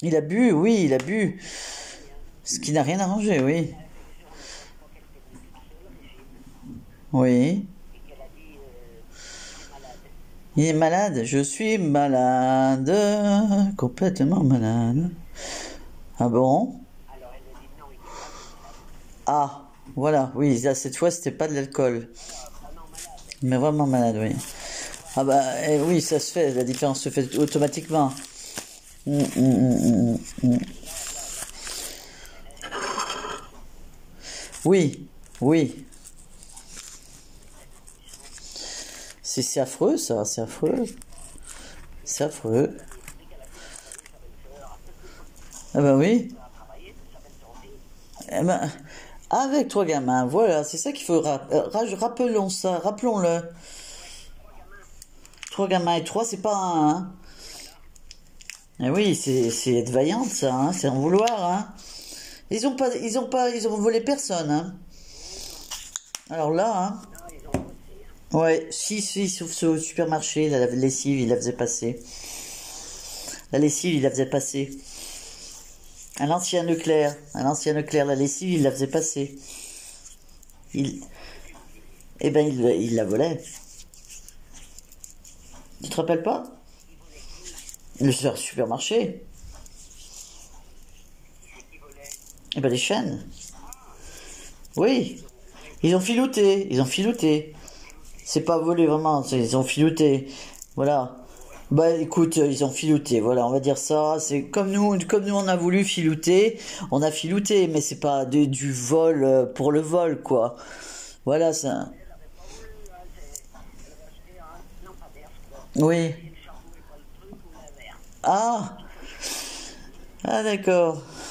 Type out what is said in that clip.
Il a bu, oui, il a bu. Ce qui n'a rien arrangé, oui. Oui. Il est malade, je suis malade, complètement malade. Ah bon? Ah, voilà, oui, là, cette fois, c'était pas de l'alcool. Mais vraiment malade, oui. Ah bah, oui, ça se fait, la différence se fait automatiquement. Mm. Oui, oui. C'est affreux, ça, c'est affreux. C'est affreux. Ah bah oui. Eh ben, avec trois gamins, voilà, c'est ça qu'il faut. Rappelons ça, rappelons-le. Trois gamins et trois, c'est pas un. Hein. Eh oui, c'est être vaillante, ça, hein, c'est en vouloir. Hein. Ils ont volé personne. Hein. Alors là, hein. Ouais, si, sauf ce au supermarché, la lessive, il la faisait passer. La lessive, il la faisait passer. À l'ancien Leclerc, la lessive, il la faisait passer. Il, eh ben, il la volait. Tu te rappelles pas? Le supermarché. Eh ben, les chaînes. Oui. Ils ont filouté. C'est pas volé vraiment, ils ont filouté. Voilà. Bah écoute, ils ont filouté, voilà, on va dire ça. C'est comme nous on a voulu filouter, on a filouté, mais c'est pas du vol pour le vol, quoi. Voilà ça. Oui. Ah, ah d'accord.